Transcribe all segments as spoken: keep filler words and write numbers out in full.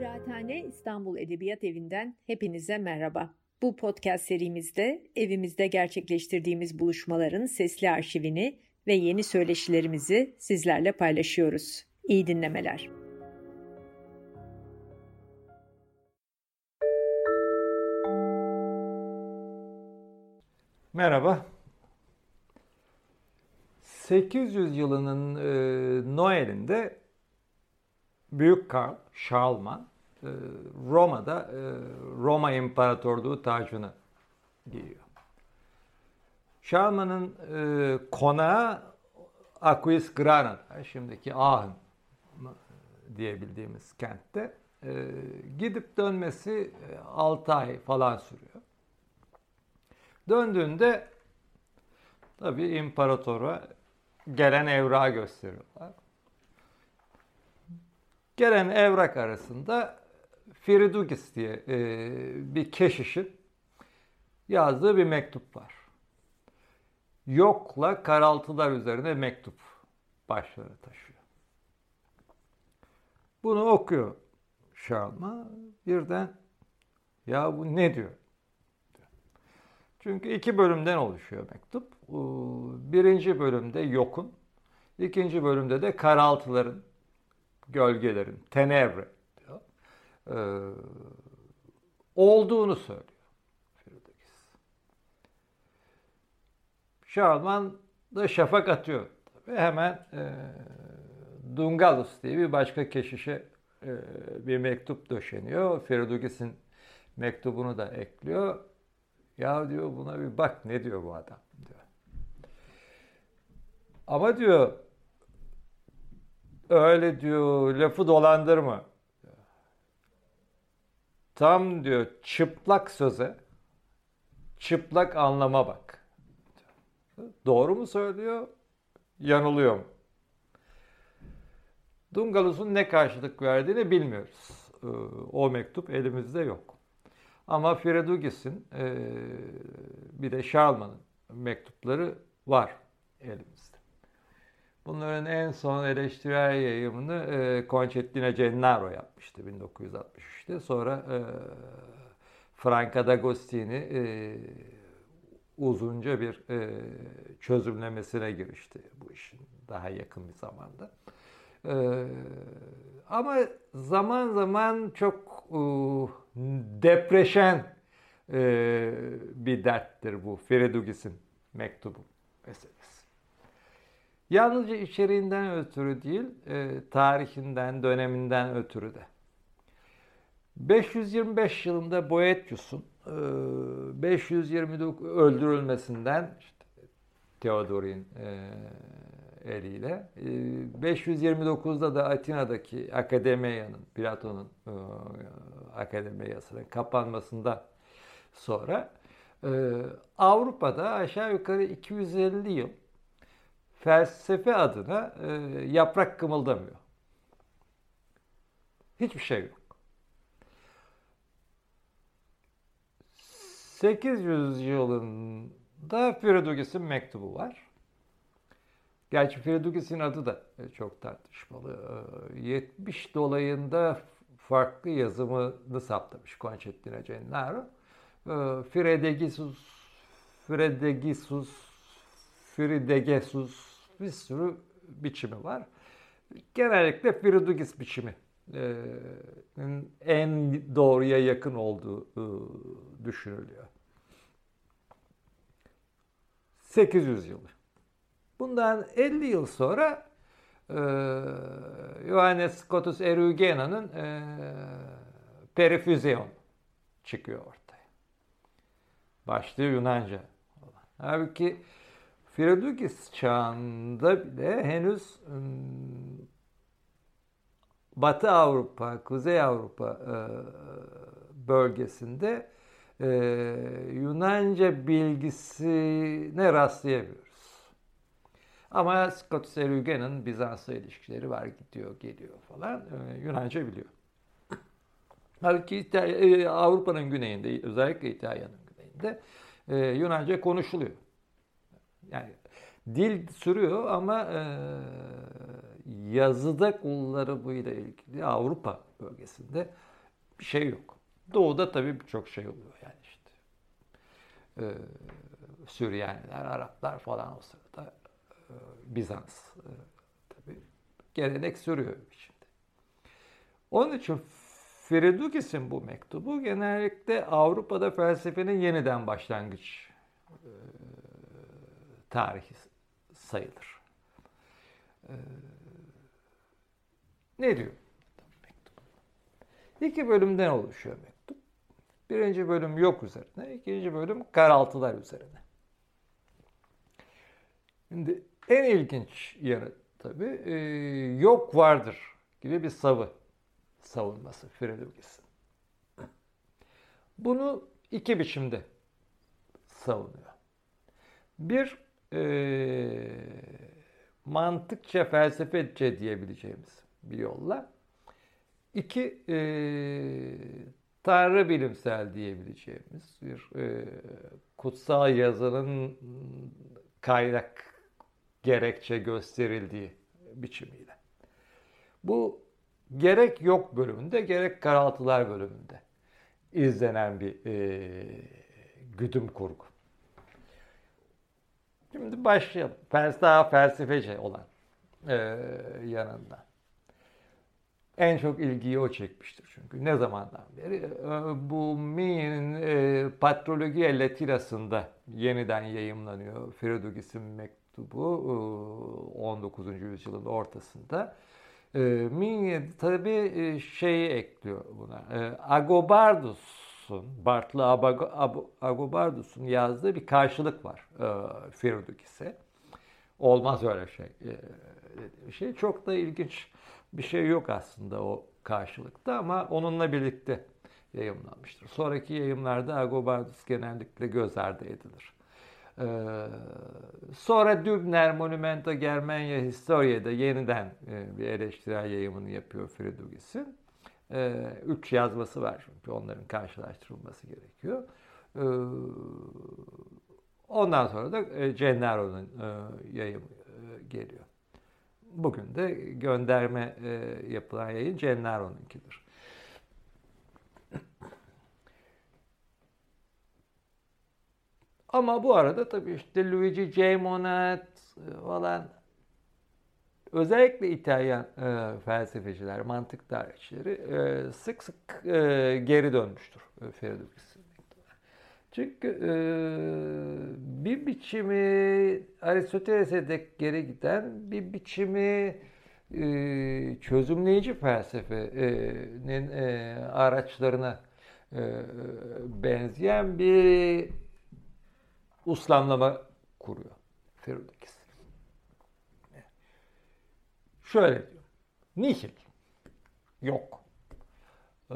Kıraathane İstanbul Edebiyat Evi'nden hepinize merhaba. Bu podcast serimizde evimizde gerçekleştirdiğimiz buluşmaların sesli arşivini ve yeni söyleşilerimizi sizlerle paylaşıyoruz. İyi dinlemeler. Merhaba. sekiz yüz yılının e, Noel'inde Büyük Karl Şarlman e, Roma'da e, Roma İmparatorluğu tacını giyiyor. Şarlman'ın e, konağı Aquisgrana'da, şimdiki Aachen diyebildiğimiz kentte. E, gidip dönmesi altı ay falan sürüyor. Döndüğünde tabii imparatora gelen evrağı gösteriyorlar. Gelen evrak arasında Firidugis diye e, bir keşişin yazdığı bir mektup var. Yokla karaltılar üzerine mektup başları taşıyor. Bunu okuyor Şarlman. Birden ya bu ne diyor? Çünkü iki bölümden oluşuyor mektup. Birinci bölümde yokun, ikinci bölümde de karaltıların, gölgelerin, tenevre diyor, ee, olduğunu söylüyor Firidugis. Şarlman da şafak atıyor. Ve hemen e, Dungalus diye bir başka keşişe e, bir mektup döşeniyor. Firidugis'in mektubunu da ekliyor. Ya diyor buna bir bak ne diyor bu adam diyor. Ama diyor öyle diyor lafı dolandırma. Tam diyor çıplak söze, çıplak anlama bak. Doğru mu söylüyor? Yanılıyor mu? Dungalus'un ne karşılık verdiğini bilmiyoruz. O mektup elimizde yok. Ama Firidugis'in e, bir de Şarlman'ın mektupları var elimizde. Bunların en son eleştirel yayımını e, Concettina Gennaro yapmıştı bin dokuz yüz altmış üçte. Sonra e, Franca D'Agostini e, uzunca bir e, çözümlemesine girişti bu işin daha yakın bir zamanda. Ee, ama zaman zaman çok e, depreşen e, bir derttir bu Firidugis'in mektubu meselesi. Yalnızca içeriğinden ötürü değil, e, tarihinden, döneminden ötürü de. beş yüz yirmi beş yılında Boethius'un e, beş yüz yirmi dokuz öldürülmesinden işte, Theodorin e, eliyle. beş yüz yirmi dokuzda da Atina'daki Akademiya'nın, Platon'un e, Akademiyası'nın kapanmasından sonra e, Avrupa'da aşağı yukarı iki yüz elli yıl felsefe adına e, yaprak kımıldamıyor. Hiçbir şey yok. sekiz yüz yılında Firidugis'in mektubu var. Gerçi Firidugis'in adı da çok tartışmalı. yetmiş dolayında farklı yazımını saptamış Concettina Gennaro. Firedegisus, Firedegisus, Firidegesus bir sürü biçimi var. Genellikle Firidugis biçimi en doğruya yakın olduğu düşünülüyor. sekiz yüz yılı. Bundan elli yıl sonra e, Johannes Scotus Eriugena'nın e, Perifüzyon çıkıyor ortaya. Başlığı Yunanca olan. Halbuki Firidugis çağında bile henüz e, Batı Avrupa, Kuzey Avrupa e, bölgesinde e, Yunanca bilgisine rastlayamıyoruz. Ama Scotus Eriugena'nın Bizans'la ilişkileri var, gidiyor, geliyor falan. Ee, Yunanca biliyor. Halbuki Avrupa'nın güneyinde, özellikle İtalya'nın güneyinde e, Yunanca konuşuluyor. Yani dil sürüyor ama e, yazıda kullanımıyla ilgili Avrupa bölgesinde bir şey yok. Doğuda tabii birçok şey oluyor yani işte. Ee, Süryaniler, Araplar falan o sırada e, Bizans e, tabii gelenek sürüyor şimdi. Onun için Fredugis'in bu mektubu genellikle Avrupa'da felsefenin yeniden başlangıç e, tarihi sayılır. E, ne diyor mektup? İki bölümden oluşuyor mektup. Birinci bölüm yok üzerine, ikinci bölüm karaltılar üzerine. Şimdi en ilginç yanı tabii e, yok vardır gibi bir savı savunması Fredugis'in. Bunu iki biçimde savunuyor. Bir, e, mantıkça, felsefece diyebileceğimiz bir yolla. İki, e, tanrı bilimsel diyebileceğimiz bir e, kutsal yazının kaynak gerekçe gösterildiği biçimiyle. Bu gerek yok bölümünde gerek karaltılar bölümünde izlenen bir e, güdüm kurgu. Şimdi başlayalım. Daha felsefece olan e, yanında. En çok ilgiyi o çekmiştir çünkü. Ne zamandan beri? E, bu Min'in e, Patrologia Latinası'nda yeniden yayımlanıyor. Fredugis'in mektubu e, on dokuzuncu yüzyılın ortasında. E, Min tabii şeyi ekliyor buna. E, Agobardus'un, Bartlı Agobardus'un yazdığı bir karşılık var e, Fredugis'e. Olmaz öyle şey. E, şey çok da ilginç bir şey yok aslında o karşılıkta ama onunla birlikte yayımlanmıştır. Sonraki yayımlarda Agobardus genellikle göz ardı edilir. Ee, sonra Dübner Monumenta Germania Historia'da yeniden e, bir eleştirel yayımını yapıyor Fredugis'in. Ee, üç yazması var çünkü onların karşılaştırılması gerekiyor. Ee, ondan sonra da e, Gennaro'nun e, yayımı e, geliyor. Bugün de gönderme e, yapılan yayın Gennaro'nunkidir. Ama bu arada tabii işte Luigi J. Monat falan özellikle İtalyan e, felsefeciler, mantık tarihçileri e, sık sık e, geri dönmüştür e, Fredugis'in. Çünkü e, bir biçimi Aristoteles'e dek geri giden bir biçimi e, çözümleyici felsefenin e, araçlarına e, benzeyen bir uslamlama kuruyor Freudikis. Şöyle diyor. Nihil. Yok. Ee,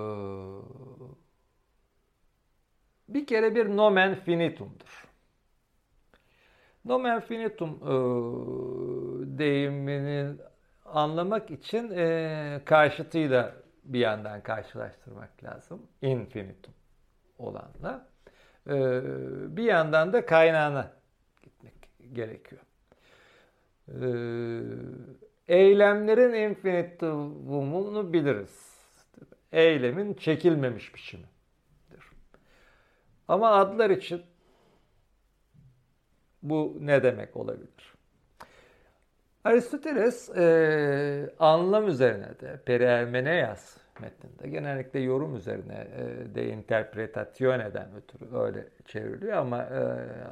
bir kere bir nomen finitum'dur. Nomen finitum e, deyimini anlamak için e, karşıtıyla bir yandan karşılaştırmak lazım. Infinitum olanla. E, bir yandan da kaynağına gitmek gerekiyor. E, eylemlerin infinitumunu biliriz. Eylemin çekilmemiş biçimidir. Ama adlar için bu ne demek olabilir? Aristoteles e, anlam üzerine de Perihermeneias metninde genellikle yorum üzerine e, de interpretasyoneden ötürü öyle çevriliyor ama e,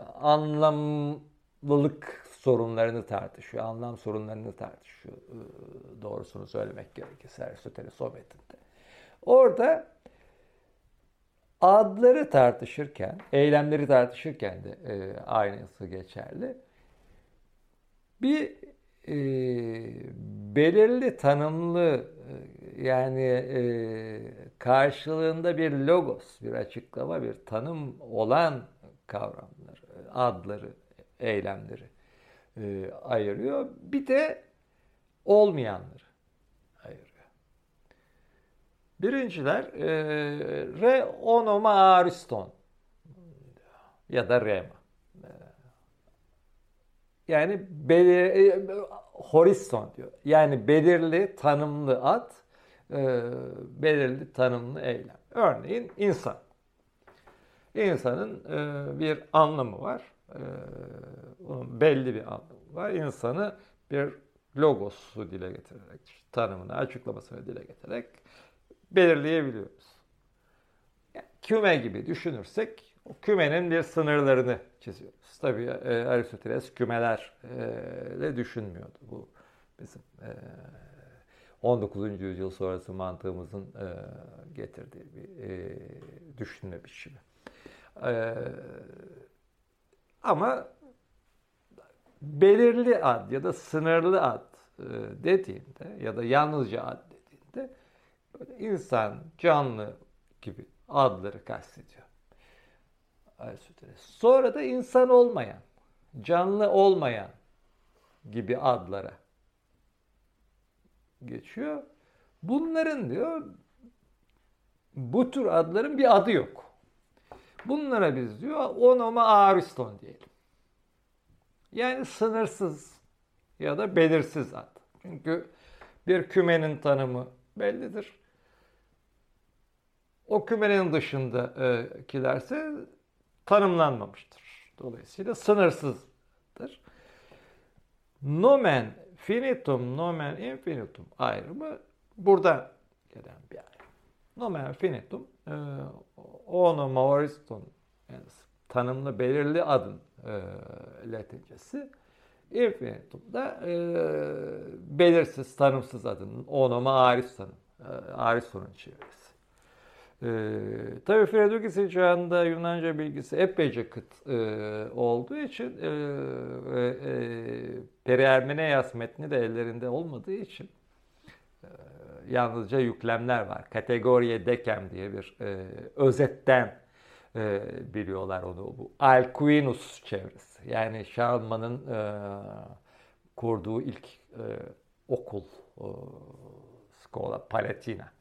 anlamlılık sorunlarını tartışıyor, anlam sorunlarını tartışıyor e, doğrusunu söylemek gerekirse Aristoteles o metinde. Orada adları tartışırken, eylemleri tartışırken de e, aynısı geçerli. Bir e, belirli tanımlı e, yani e, karşılığında bir logos, bir açıklama, bir tanım olan kavramları, adları, eylemleri e, ayırıyor. Bir de olmayanları ayırıyor. Birinciler e, re onoma ariston ya da rema. Yani belir, e, horiston diyor. Yani belirli, tanımlı ad e, belirli tanımlı eylem. Örneğin insan. İnsanın e, bir anlamı var. E, onun belli bir anlamı var. İnsanı bir logosu dile getirerek, tanımını, açıklamasını dile getirerek belirleyebiliyoruz. Yani küme gibi düşünürsek, o kümenin bir sınırlarını çiziyoruz. Tabii e, Aristoteles kümelerle düşünmüyordu. Bu bizim e, on dokuzuncu yüzyıl sonrası mantığımızın e, getirdiği bir e, düşünme biçimi. E, ama belirli ad ya da sınırlı ad e, dediğinde ya da yalnızca ad dediğinde böyle insan, canlı gibi adları kastediyor Aristoteles. Sonra da insan olmayan, canlı olmayan gibi adlara geçiyor. Bunların diyor, bu tür adların bir adı yok. Bunlara biz diyor onoma ariston diyelim. Yani sınırsız ya da belirsiz ad. Çünkü bir kümenin tanımı bellidir. O kümenin dışındakilerse tanımlanmamıştır. Dolayısıyla sınırsızdır. Nomen finitum, nomen infinitum ayrımı buradan gelen bir ayrım. Nomen finitum, e, onoma ariston, yani tanımlı belirli adın e, Latincesi. Infinitum da e, belirsiz, tanımsız adının onoma aristonun, e, aristonun çevirisi. Ee, tabii Fredogis'in çağında Yunanca bilgisi epeyce kıt e, olduğu için e, e, Periermeneias metni de ellerinde olmadığı için e, yalnızca yüklemler var. Kategoriye dekem diye bir e, özetten e, biliyorlar onu. Bu Alcuinus çevresi. Yani Schalman'ın e, kurduğu ilk e, okul, e, Schola Palatina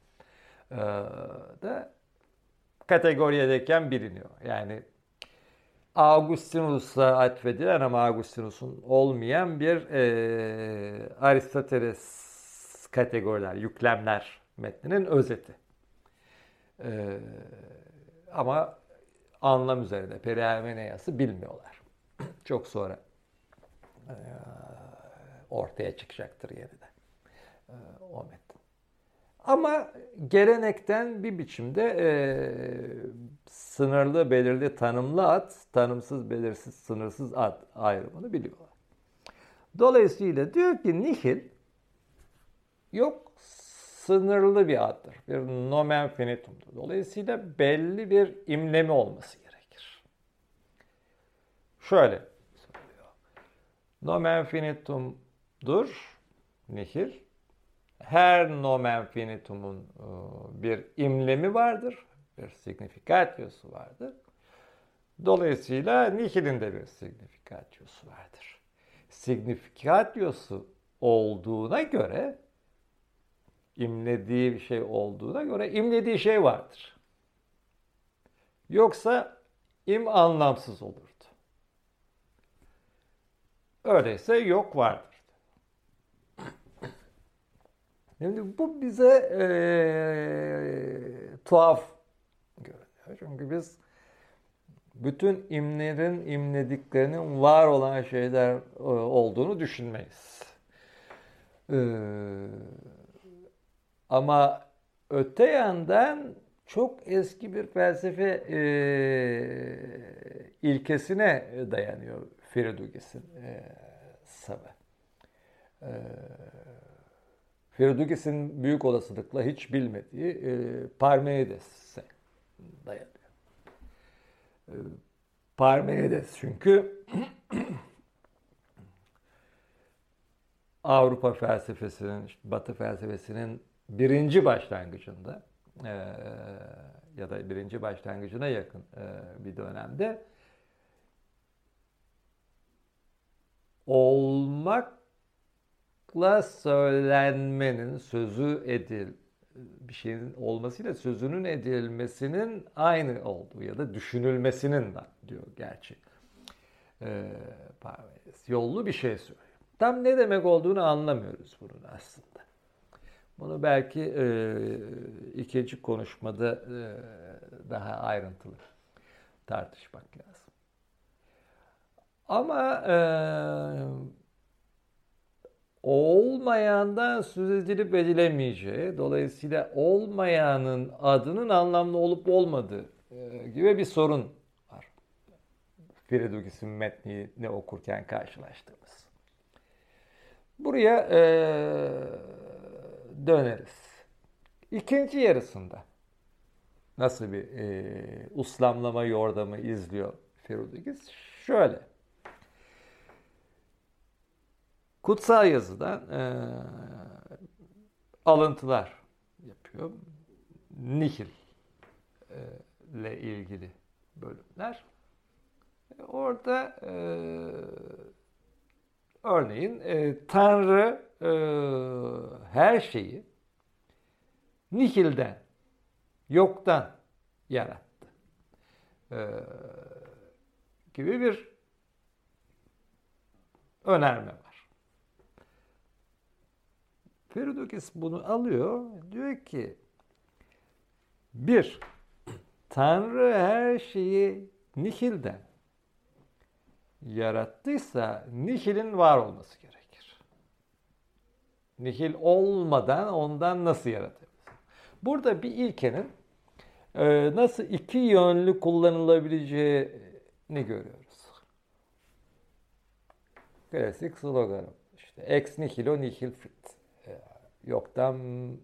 da kategoriyedeyken biliniyor. Yani Augustinus'a atfedilen ama Augustinus'un olmayan bir e, Aristoteles kategoriler, yüklemler metninin özeti. E, ama anlam üzerinde Periermeneias'ı bilmiyorlar. Çok sonra e, ortaya çıkacaktır yeniden e, o metin. Ama gelenekten bir biçimde e, sınırlı, belirli, tanımlı ad, tanımsız, belirsiz, sınırsız ad ayrımını biliyorlar. Dolayısıyla diyor ki nihil yok, sınırlı bir addır. Bir nomen finitumdur. Dolayısıyla belli bir imlemi olması gerekir. Şöyle söylüyor. Nomen finitumdur nihil. Her nomen finitumun bir imlemi vardır, bir significatio'su vardır. Dolayısıyla nihilin de bir significatio'su vardır. Significatio'su olduğuna göre, imlediği bir şey olduğuna göre imlediği şey vardır. Yoksa im anlamsız olurdu. Öyleyse yok vardır. Şimdi bu bize e, tuhaf görünüyor. Çünkü biz bütün imlerin, imlediklerinin var olan şeyler e, olduğunu düşünmeyiz. E, ama öte yandan çok eski bir felsefe e, ilkesine dayanıyor Fredogis'in e, savı. E, Fredogis'in büyük olasılıkla hiç bilmediği e, Parmenides'e dayanıyor. E, Parmenides çünkü Avrupa felsefesinin, işte Batı felsefesinin birinci başlangıcında e, ya da birinci başlangıcına yakın e, bir dönemde olmak la söylenmenin, sözü edil, bir şeyin olmasıyla sözünün edilmesinin aynı olduğu ya da düşünülmesinin de diyor gerçi. Ee, yollu bir şey söylüyor. Tam ne demek olduğunu anlamıyoruz bunun aslında. Bunu belki e, ikinci konuşmada e, daha ayrıntılı tartışmak lazım. Ama e, olmayandan söz edilip edilemeyeceği, dolayısıyla olmayanın adının anlamlı olup olmadığı e, gibi bir sorun var. Feridugis'in metnini okurken karşılaştığımız. Buraya e, döneriz. İkinci yarısında nasıl bir e, uslamlama yordamı izliyor Ferudugis? Şöyle. Kutsal yazıdan e, alıntılar yapıyor. Nihil e, ile ilgili bölümler. E, orada e, örneğin e, Tanrı e, her şeyi nihilden, yoktan yarattı e, gibi bir önerme var. Ferudugis bunu alıyor, diyor ki bir, Tanrı her şeyi nihilden yarattıysa nihilin var olması gerekir. Nihil olmadan ondan nasıl yaratabilir? Burada bir ilkenin e, nasıl iki yönlü kullanılabileceğini görüyoruz. Klasik sloganım. İşte ex nihilo nihil fit. E, yoktan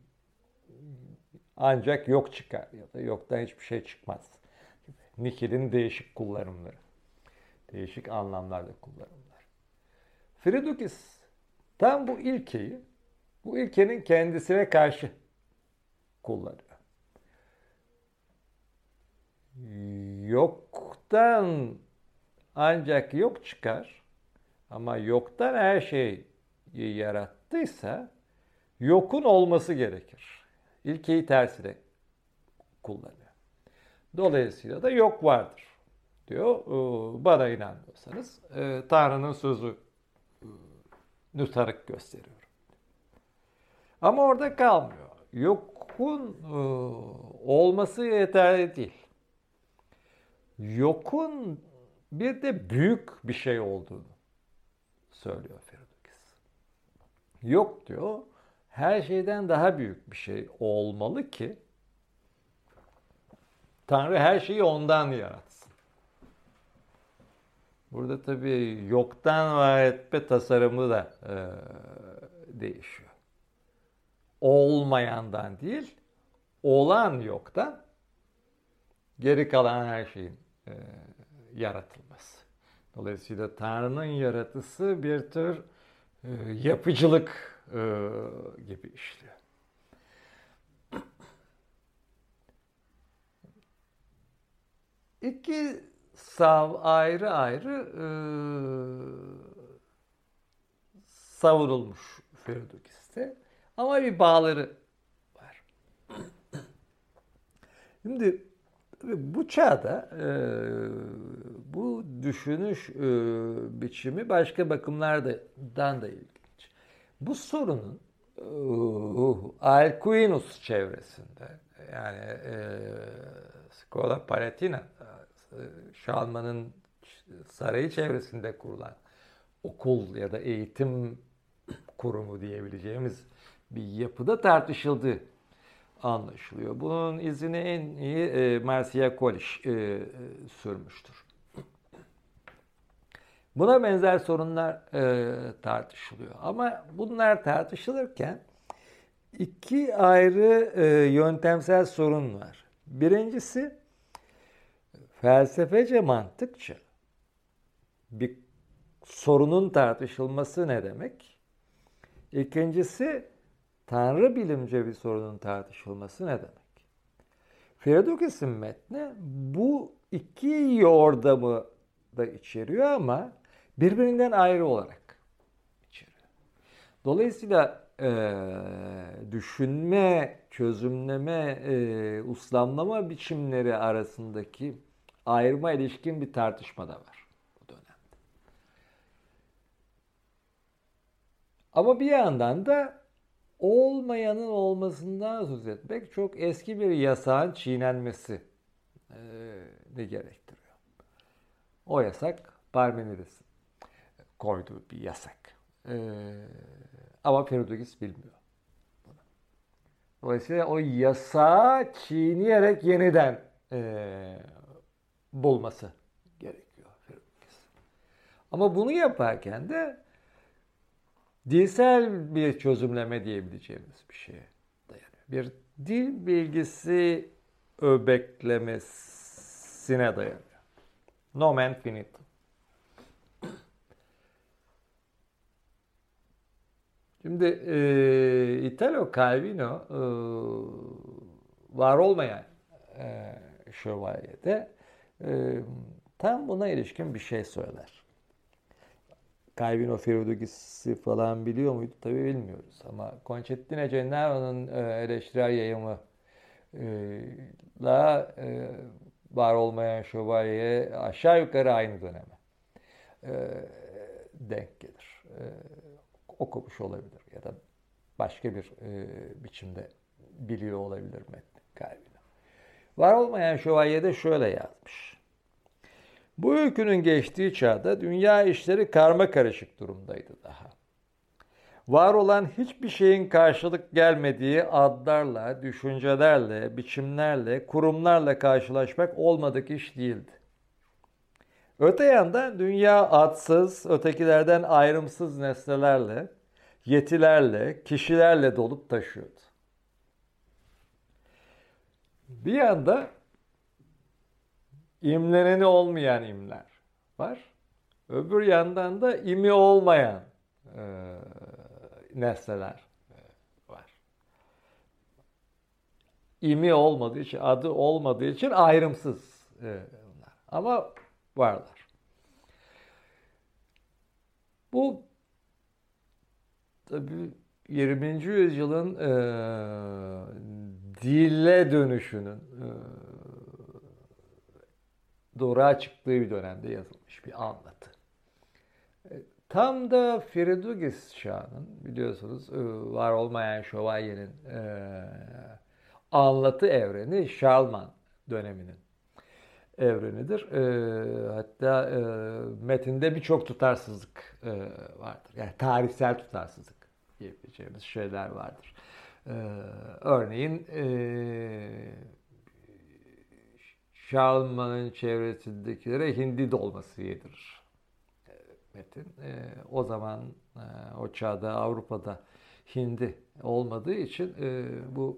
ancak yok çıkar ya da yoktan hiçbir şey çıkmaz. Nihilin değişik kullanımları. Değişik anlamlarda kullanımlar. Ferudugis tam bu ilkeyi, bu ilkenin kendisine karşı kullanıyor. Yoktan ancak yok çıkar ama yoktan her şeyi yarattıysa yokun olması gerekir. İlkeyi tersine kullanıyor. Dolayısıyla da yok vardır diyor. Bana inanmıyorsanız Tanrı'nın sözü nütarık gösteriyor. Ama orada kalmıyor. Yokun olması yeterli değil. Yokun bir de büyük bir şey olduğunu söylüyor Ferudugis. Yok diyor, her şeyden daha büyük bir şey olmalı ki Tanrı her şeyi ondan yaratsın. Burada tabii yoktan var etme tasarımı da e, değişiyor. Olmayandan değil, olan yoktan geri kalan her şeyin e, yaratılması. Dolayısıyla Tanrı'nın yaratısı bir tür e, yapıcılık e, gibi işliyor. İki sav ayrı ayrı e, savurulmuş Ferudugis'te ama bir bağları var. Şimdi bu çağda e, bu düşünüş e, biçimi başka bakımlardan da ilginç. Bu sorunun e, Alcuinus çevresinde, yani e, Schola Palatina, Şalman'ın sarayı çevresinde kurulan okul ya da eğitim kurumu diyebileceğimiz bir yapıda tartışıldığı anlaşılıyor. Bunun izini en iyi e, Marcia Kolisch e, e, sürmüştür. Buna benzer sorunlar e, tartışılıyor. Ama bunlar tartışılırken iki ayrı e, yöntemsel sorun var. Birincisi, felsefece mantıkça bir sorunun tartışılması ne demek? İkincisi, Tanrı bilimce bir sorunun tartışılması ne demek? Ferudugis'in metni bu iki yordamı da içeriyor ama birbirinden ayrı olarak içeriyor. Dolayısıyla e, düşünme, çözümleme, e, uslamlama biçimleri arasındaki ayrıma ilişkin bir tartışma da var bu dönemde. Ama bir yandan da olmayanın olmasından söz etmek çok eski bir yasağın çiğnenmesi e, ne gerektiriyor. O yasak Parmenides'in koyduğu bir yasak. E, ama Ferudagis bilmiyor. Dolayısıyla o yasağı çiğneyerek yeniden e, bulması gerekiyor Ferudagis. Ama bunu yaparken de dilsel bir çözümleme diyebileceğimiz bir şeye dayanıyor. Bir dil bilgisi öbeklemesine dayanıyor. Nomen finitum. Şimdi e, Italo Calvino e, var olmayan e, şövalyede e, tam buna ilişkin bir şey söyler. Calvino Ferudagis'i falan biliyor muydu? Tabii bilmiyoruz. Ama Concettina Gennaro'nun eleştirel yayımı la e, var olmayan şövalye aşağı yukarı aynı döneme e, denk gelir. E, okumuş olabilir ya da başka bir e, biçimde biliyor olabilir metni Calvino. Var olmayan şövalyede şöyle yazmış. Bu öykünün geçtiği çağda dünya işleri karma karışık durumdaydı daha. Var olan hiçbir şeyin karşılık gelmediği adlarla, düşüncelerle, biçimlerle, kurumlarla karşılaşmak olmadık iş değildi. Öte yandan dünya adsız, ötekilerden ayrımsız nesnelerle, yetilerle, kişilerle dolup taşıyordu. Bir yanda imleneni olmayan imler var. Öbür yandan da imi olmayan e, nesneler e, var. İmi olmadığı için, adı olmadığı için ayrımsız e, bunlar. Ama varlar. Bu tabii yirminci yüzyılın e, dile dönüşünün e, doğruğa çıktığı bir dönemde yazılmış bir anlatı. Tam da Ferudagis çağının, biliyorsunuz var olmayan şövalyenin anlatı evreni Şarlman döneminin evrenidir. Hatta metinde birçok tutarsızlık vardır. Yani tarihsel tutarsızlık diyebileceğimiz şeyler vardır. Örneğin Şarlman'ın çevresindekilere hindi dolması yedirir metin. E, o zaman e, o çağda Avrupa'da hindi olmadığı için e, bu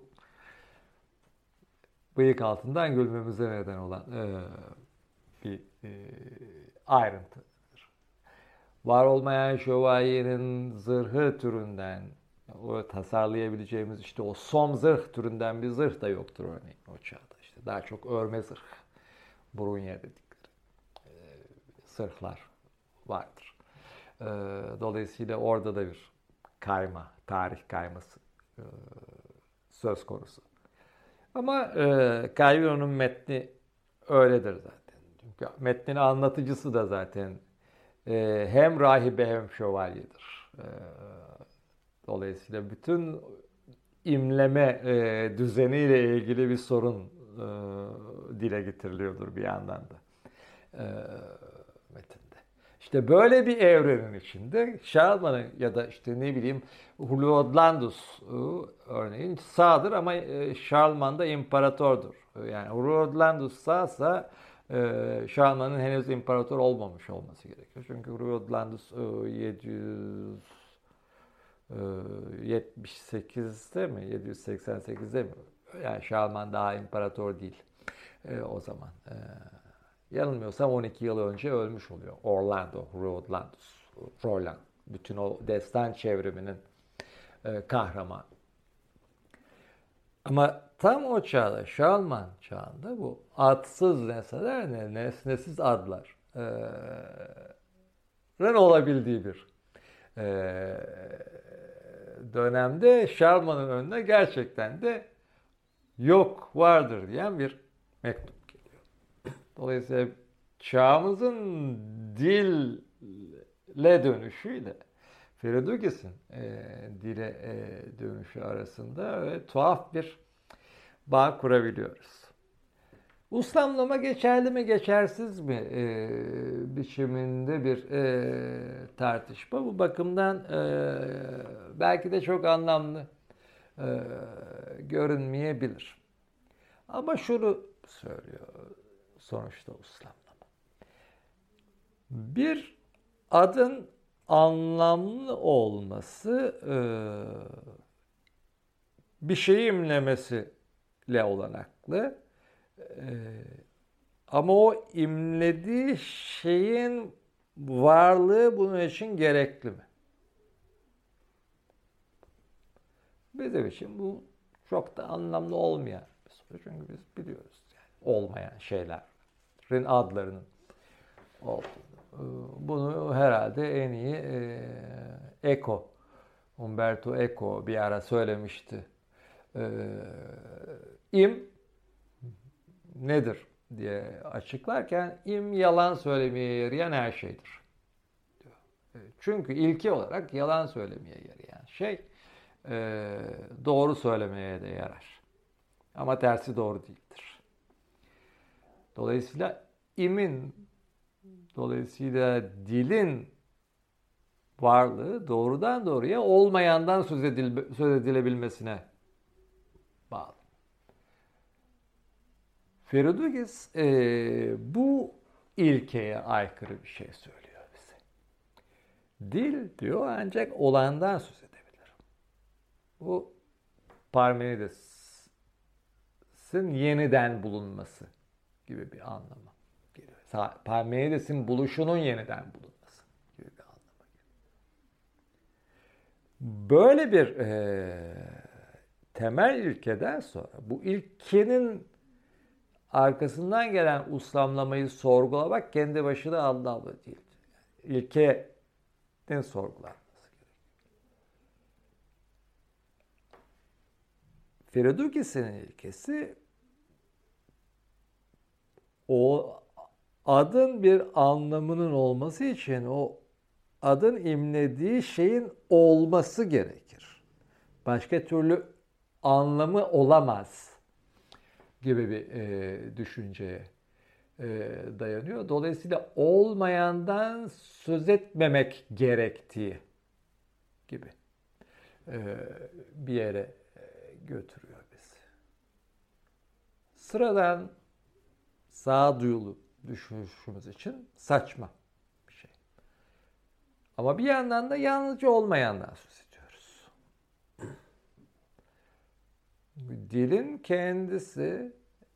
bıyık altından gülmemize neden olan e, bir e, ayrıntıdır. Var olmayan şövalyenin zırhı türünden o tasarlayabileceğimiz işte o som zırh türünden bir zırh da yoktur örneğin o çağda. İşte daha çok örme zırh, Brunye dedikleri e, zırhlar vardır. E, dolayısıyla orada da bir kayma, tarih kayması e, söz konusu. Ama e, Calvino'nun metni öyledir zaten. Çünkü metnin anlatıcısı da zaten e, hem rahibe hem şövalyedir. E, dolayısıyla bütün imleme e, düzeniyle ilgili bir sorun e, dile getiriliyordur bir yandan da e, metinde. İşte böyle bir evrenin içinde Şarlman'ın ya da işte ne bileyim Hruodlandus örneğin sağdır ama Şarlman da imparatordur. Yani Hruodlandus sağsa Şarlman'ın henüz imparator olmamış olması gerekiyor. Çünkü Hruodlandus yedi yüz yetmiş sekizde mi yedi yüz seksen sekizde mi? Yani Şarlman daha imparator değil o zaman. Yanılmıyorsam on iki yıl önce ölmüş oluyor. Orlando, Hruodlandus, Roland. Bütün o destan çevriminin e, kahramanı. Ama tam o çağda, Şarlman çağında bu adsız nesneler, ne, nesnesiz adlar e, olabildiği bir e, dönemde Şarlman'ın önüne gerçekten de yok vardır diyen bir mektup. Dolayısıyla çağımızın dille dönüşüyle Feridugis'in e, dile e, dönüşü arasında öyle tuhaf bir bağ kurabiliyoruz. Uslamlama geçerli mi geçersiz mi e, biçiminde bir e, tartışma. Bu bakımdan e, belki de çok anlamlı e, görünmeyebilir. Ama şunu söylüyor sonuçta uslamlama. Bir adın anlamlı olması e, bir şeyi imlemesiyle olanaklı. Ee, ama o imlediği şeyin varlığı bunun için gerekli mi? Bizim için bu çok da anlamlı olmayan bir soru. Çünkü biz biliyoruz yani olmayan şeylerin adlarının olduğunu. Bunu herhalde en iyi e, Eco, Umberto Eco bir ara söylemişti. E, im nedir diye açıklarken im yalan söylemeye yarayan her şeydir diyor. Çünkü ilki olarak yalan söylemeye yarayan şey doğru söylemeye de yarar. Ama tersi doğru değildir. Dolayısıyla imin, dolayısıyla dilin varlığı doğrudan doğruya olmayandan söz, edil, söz edilebilmesine bağlı. Feridugis e, bu ilkeye aykırı bir şey söylüyor bize. Dil diyor ancak olandan söz edebilir. Bu Parmenides'in yeniden bulunması gibi bir anlama geliyor. Parmenides'in buluşunun yeniden bulunması gibi bir anlama geliyor. Böyle bir e, temel ilkeden sonra bu ilkenin arkasından gelen uslamlamayı sorgulamak kendi başına anlamlı değil. Yani ilkenin sorgulanması gerekiyor. Feridugis'in ilkesi o adın bir anlamının olması için o adın imlediği şeyin olması gerekir. Başka türlü anlamı olamaz gibi bir e, düşünceye e, dayanıyor. Dolayısıyla olmayandan söz etmemek gerektiği gibi e, bir yere e, götürüyor bizi. Sıradan sağduyulu düşünüşümüz için saçma bir şey. Ama bir yandan da yalnızca olmayandan söz ediyoruz. Dilin kendisi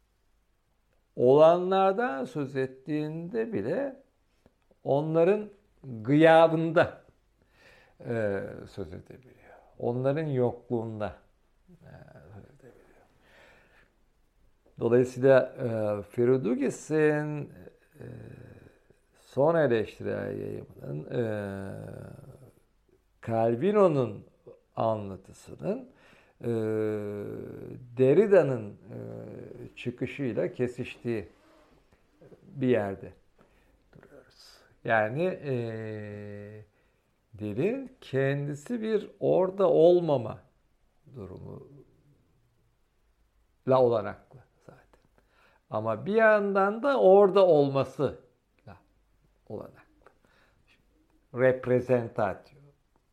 olanlardan söz ettiğinde bile onların gıyabında e, söz edebiliyor. Onların yokluğunda e, söz edebiliyor. Dolayısıyla e, Feridugis'in e, son eleştirel yayımının e, Calvino'nun anlatısının e, Derrida'nın e, çıkışıyla kesiştiği bir yerde duruyoruz. Yani e, dilin kendisi bir orada olmama durumu la olanaklı zaten. Ama bir yandan da orada olması la olanaklı. Reprezentasyon.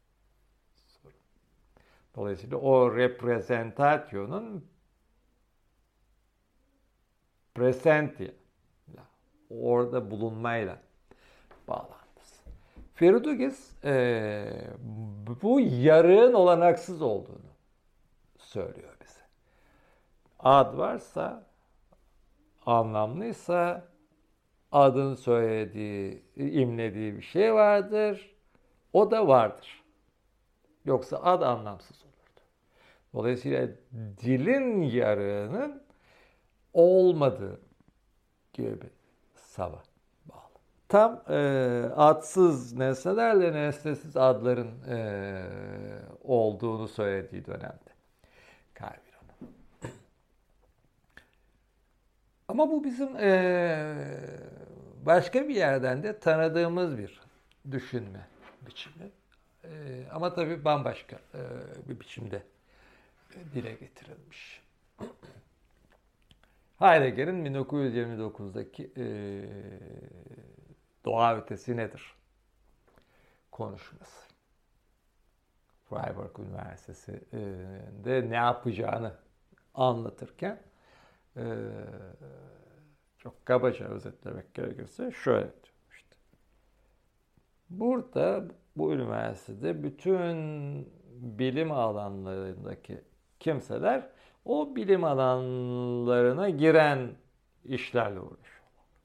Dolayısıyla o reprezentasyonun presenti, orada bulunmayla bağlantısı. Feridugis e, bu yarığın olanaksız olduğunu söylüyor bize. Ad varsa, anlamlıysa adın söylediği, imlediği bir şey vardır. O da vardır. Yoksa ad anlamsız olurdu. Dolayısıyla dilin yarığının olmadığı gibi bir sava bağlı. Tam e, adsız nesnelerle nesnesiz adların e, olduğunu söylediği dönemde Calvino'nun. Ama bu bizim e, başka bir yerden de tanıdığımız bir düşünme biçimi. E, ama tabii bambaşka e, bir biçimde dile getirilmiş. Heidegger'in bin dokuz yüz yirmi dokuzdaki e, doğa ötesi nedir konuşması. Freiburg Üniversitesi'nde ne yapacağını anlatırken e, çok kabaca özetlemek gerekirse şöyle diyor işte. Burada bu üniversitede bütün bilim alanlarındaki kimseler o bilim alanlarına giren işlerle uğraşıyorlar.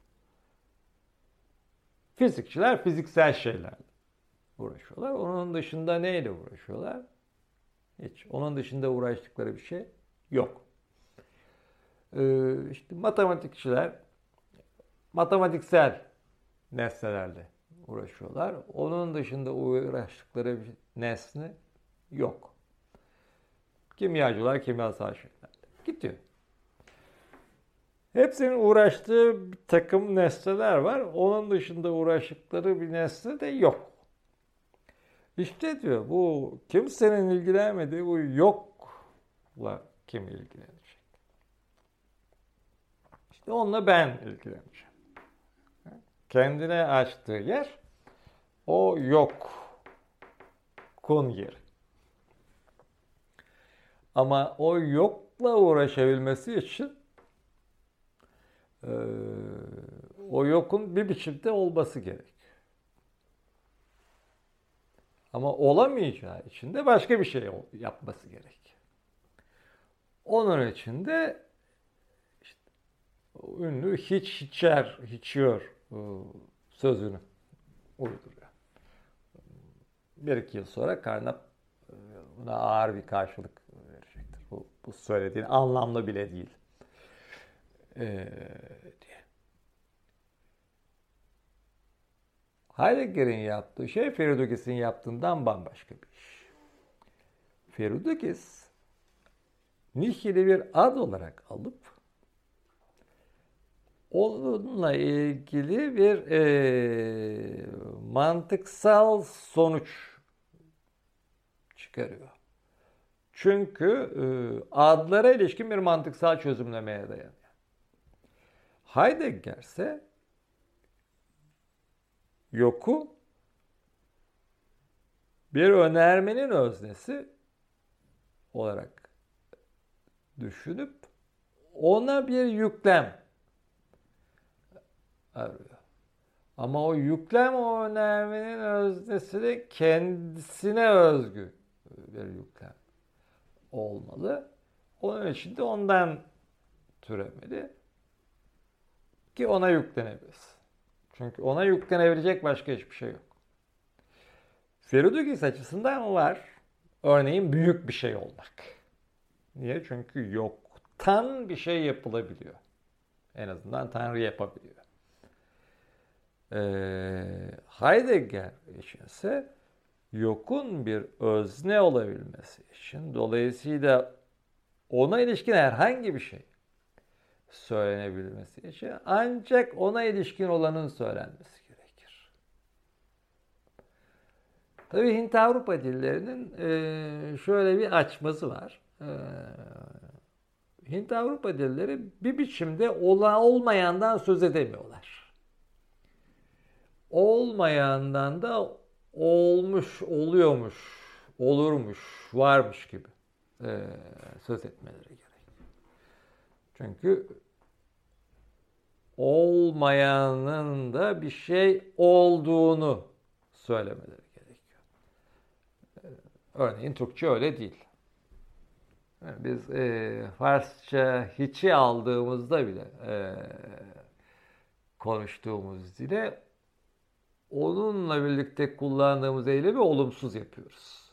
Fizikçiler fiziksel şeylerle uğraşıyorlar. Onun dışında neyle uğraşıyorlar? Hiç. Onun dışında uğraştıkları bir şey yok. Ee, işte matematikçiler matematiksel nesnelerle uğraşıyorlar. Onun dışında uğraştıkları bir nesne yok. Kimyacılar kimyasal şeylerle gidiyor. Hepsinin uğraştığı bir takım nesneler var. Onun dışında uğraştıkları bir nesne de yok. İşte diyor bu kimsenin ilgilenmediği bu yokla kim ilgilenecek? İşte onunla ben ilgileneceğim. Kendine açtığı yer o yokun yeri. Ama o yokla uğraşabilmesi için e, o yokun bir biçimde olması gerek. Ama olamayacağı için de başka bir şey yapması gerek. Onun için de işte, ünlü hiç hiçer, hiçiyor sözünü uyduruyor. Bir iki yıl sonra Carnap buna ağır bir karşılık verecektir. Bu, bu söylediğin anlamlı bile değil. Ee, diye. Heidegger'in yaptığı şey Ferudokis'in yaptığından bambaşka bir iş. Ferudokis Nihil'i bir ad olarak alıp onunla ilgili bir e, mantıksal sonuç çıkarıyor. Çünkü e, adlara ilişkin bir mantıksal çözümlemeye dayanıyor. Heidegger ise yoku bir önermenin öznesi olarak düşünüp ona bir yüklem arıyor. Ama o yüklem o önermenin öznesi de kendisine özgü bir yüklem olmalı. Onun için de ondan türemeli ki ona yüklenebilsin. Çünkü ona yüklenebilecek başka hiçbir şey yok. Ferudokis açısından var. Örneğin büyük bir şey olmak. Niye? Çünkü yoktan bir şey yapılabiliyor. En azından Tanrı yapabiliyor. Ee, Heidegger içinse yokun bir özne olabilmesi için, dolayısıyla ona ilişkin herhangi bir şey söylenebilmesi için ancak ona ilişkin olanın söylenmesi gerekir. Tabii Hint-Avrupa dillerinin e, şöyle bir açması var. E, Hint-Avrupa dilleri bir biçimde ola olmayandan söz edemiyorlar. Olmayandan da olmuş, oluyormuş, olurmuş, varmış gibi e, söz etmeleri gerekiyor. Çünkü olmayanın da bir şey olduğunu söylemeleri gerekiyor. Örneğin Türkçe öyle değil. Biz e, Farsça hiçi aldığımızda bile e, konuştuğumuz dile onunla birlikte kullandığımız eylemi olumsuz yapıyoruz.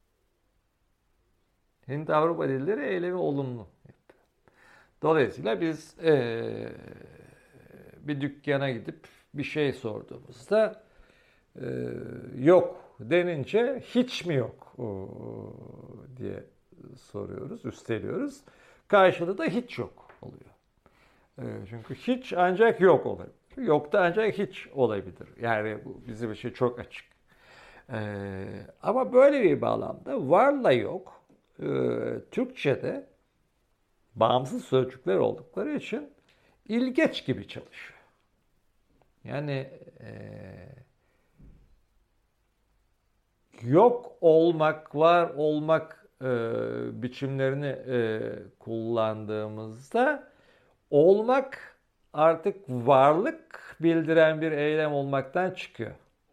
Hint-Avrupa dilleri eylemi olumlu yapıyor. Dolayısıyla biz e, bir dükkana gidip bir şey sorduğumuzda e, yok denince hiç mi yok o, diye soruyoruz, üsteliyoruz. Karşılığı da hiç yok oluyor. E, çünkü hiç ancak yok olabilir. Yok da ancak hiç olabilir. Yani bu bizim için çok açık. Ee, ama böyle bir bağlamda varla yok e, Türkçe'de bağımsız sözcükler oldukları için ilgeç gibi çalışıyor. Yani e, yok olmak, var olmak e, biçimlerini e, kullandığımızda olmak artık varlık bildiren bir eylem olmaktan çıkıyor.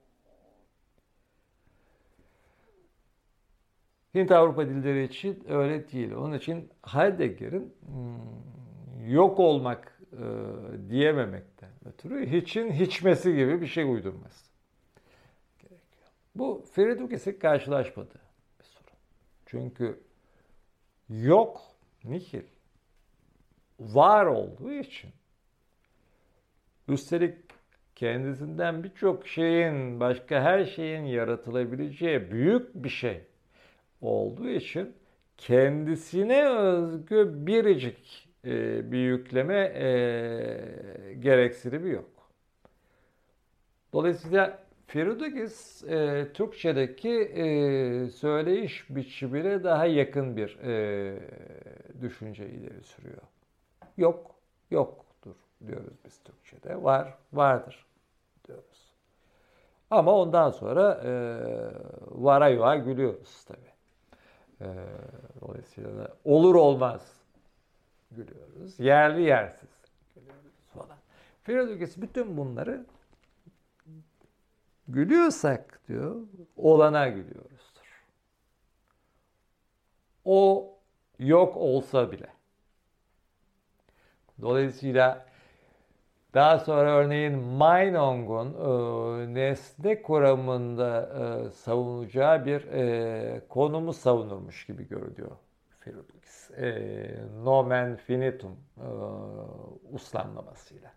Hint-Avrupa dilleri için öyle değil. Onun için Heidegger'in hmm, yok olmak e, diyememekten ötürü hiçin hiçmesi gibi bir şey uydurması gerekiyor. Bu Feridugis'in karşılaşmadığı bir sorun. Çünkü yok, nihil, var olduğu için üstelik kendisinden birçok şeyin, başka her şeyin yaratılabileceği büyük bir şey olduğu için kendisine özgü biricik e, bir yükleme e, gereksinimi yok. Dolayısıyla Ferudagis e, Türkçedeki e, söyleyiş biçimine daha yakın bir e, düşünce ileri sürüyor. Yok, yoktur diyoruz biz Türkçe'de. Var, vardır diyoruz. Ama ondan sonra e, vara yoğa gülüyoruz tabii. E, dolayısıyla da olur olmaz gülüyoruz. Yerli yersiz gülüyoruz falan. Ferudagis bütün bunları gülüyorsak diyor, olana gülüyoruzdur. O yok olsa bile. Dolayısıyla daha sonra örneğin Meinong'un e, nesne kuramında e, savunacağı bir e, konumu savunurmuş gibi görülüyor Ferudagis. E, nomen finitum e, uslanlamasıyla.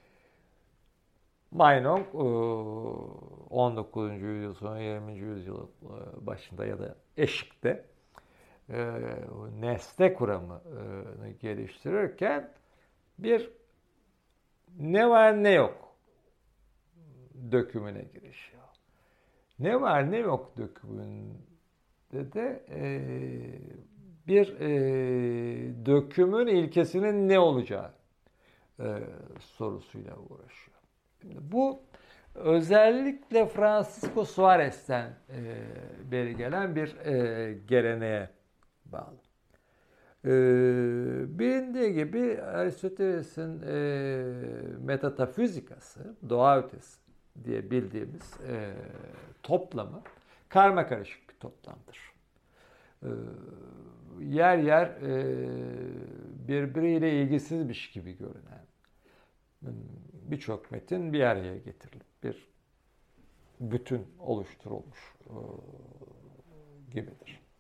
Meinong e, on dokuzuncu yüzyıl sonra yirminci yüzyıl başında ya da eşikte e, nesne kuramını geliştirirken bir ne var ne yok dökümüne girişiyor. Ne var ne yok dökümünde de e, bir e, dökümün ilkesinin ne olacağı e, sorusuyla uğraşıyor. Şimdi bu özellikle Francisco Suarez'ten e, beri gelen bir e, geleneğe bağlı. Ee, bilindiği gibi Aristoteles'in e, metafizikası, doğa ötesi diye bildiğimiz e, toplamı karma karışık bir toplamdır. Ee, yer yer e, birbiriyle ilgisizmiş gibi görünen birçok metin bir araya getirilip bir bütün oluşturulmuş e, gibidir.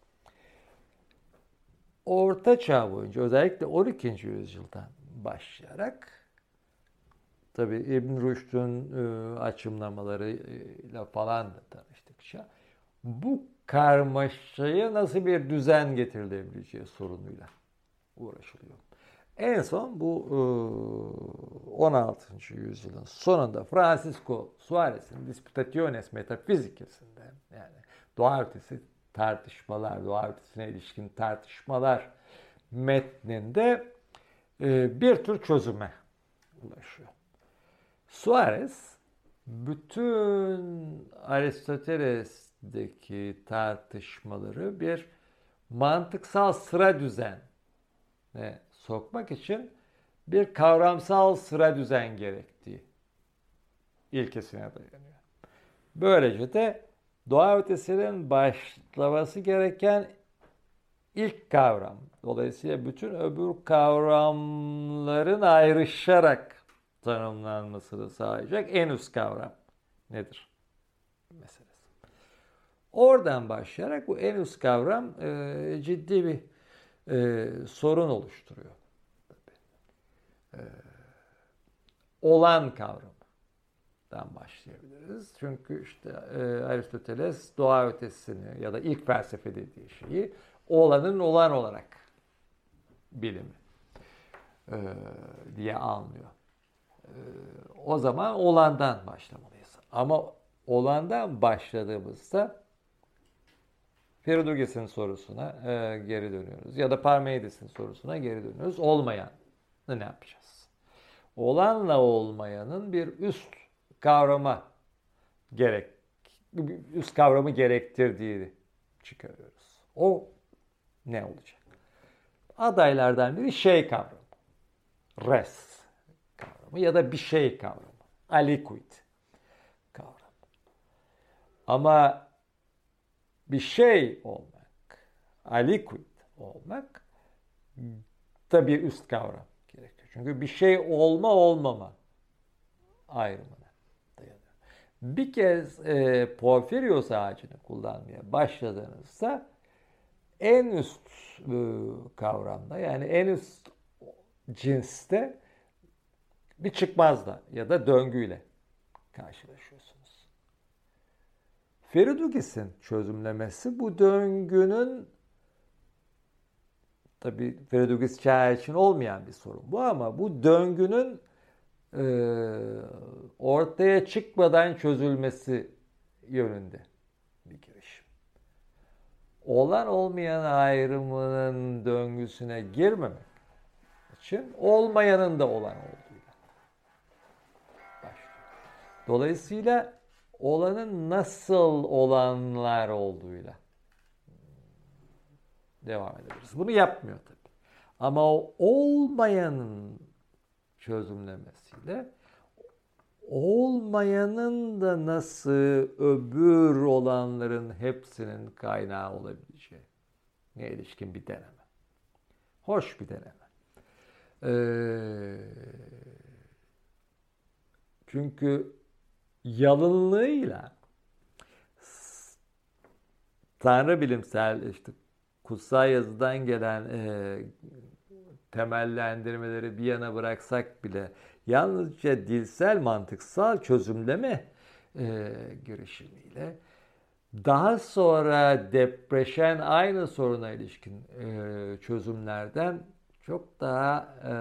Orta Çağ boyunca özellikle on ikinci yüzyıldan başlayarak tabi İbn Rüşd'ün e, açımlamalarıyla falan da tanıştıkça bu karmaşaya nasıl bir düzen getirilebileceği sorunuyla uğraşılıyor. En son bu e, on altıncı yüzyılın sonunda Francisco Suarez'in Disputationes Metaphysicas'inde yani doğa ötesi tartışmalar, doğa ötesine ilişkin tartışmalar metninde e, bir tür çözüme ulaşıyor. Suarez bütün Aristoteles'deki tartışmaları bir mantıksal sıra düzene sokmak için bir kavramsal sıra düzen gerektiği ilkesine dayanıyor. Böylece de doğa ötesinin başlaması gereken ilk kavram. Dolayısıyla bütün öbür kavramların ayrışarak tanımlanmasını sağlayacak en üst kavram nedir? Meselesi. Oradan başlayarak bu en üst kavram e, ciddi bir e, sorun oluşturuyor. E, olan kavramı. Başlayabiliriz. Çünkü işte e, Aristoteles doğa ötesini ya da ilk felsefe dediği şeyi olanın olan olarak bilimi e, diye anlıyor. E, o zaman olandan başlamalıyız. Ama olandan başladığımızda Ferrugius'un sorusuna e, geri dönüyoruz. Ya da Parmenides'in sorusuna geri dönüyoruz. Olmayanı ne yapacağız? Olanla olmayanın bir üst kavrama gerek, üst kavramı gerektirdiğini çıkarıyoruz. O ne olacak? Adaylardan biri şey kavramı. Res kavramı ya da bir şey kavramı. Aliquid kavramı. Ama bir şey olmak, aliquid olmak da bir üst kavram gerekiyor. Çünkü bir şey olma olmama ayrımına dayanıyor. Bir kez e, Porfirios ağacını kullanmaya başladığınızda en üst e, kavramda, yani en üst cinste bir çıkmazla ya da döngüyle karşılaşıyorsunuz. Ferrugius'un çözümlemesi bu döngünün, tabii Ferrugius çağı için olmayan bir sorun bu, ama bu döngünün e, ortaya çıkmadan çözülmesi yönünde bir girişim. Olan olmayan ayrımının döngüsüne girmemek için olmayanın da olan olduğuyla başlıyor. Dolayısıyla olanın nasıl olanlar olduğuyla devam edebiliriz. Bunu yapmıyor tabii. Ama o olmayanın çözümlemesiyle olmayanın da nasıl öbür olanların hepsinin kaynağı olabileceği ne ilişkin bir deneme. Hoş bir deneme. Ee, çünkü yalınlığıyla Tanrı bilimsel, işte kutsal yazıdan gelen e, temellendirmeleri bir yana bıraksak bile yalnızca dilsel, mantıksal çözümleme e, girişimiyle daha sonra depreşen aynı soruna ilişkin e, çözümlerden çok daha e,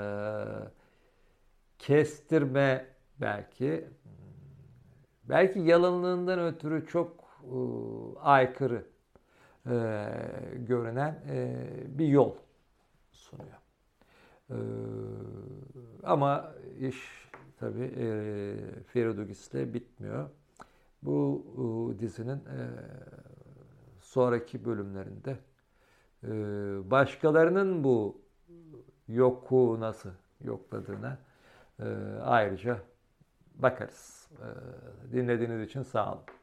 kestirme, belki belki yalınlığından ötürü çok e, aykırı e, görünen e, bir yol sunuyor. E, ama iş tabii e, Ferrugius'le bitmiyor. Bu e, dizinin e, sonraki bölümlerinde e, başkalarının bu yoku nasıl yokladığına e, ayrıca bakarız. E, dinlediğiniz için sağ olun.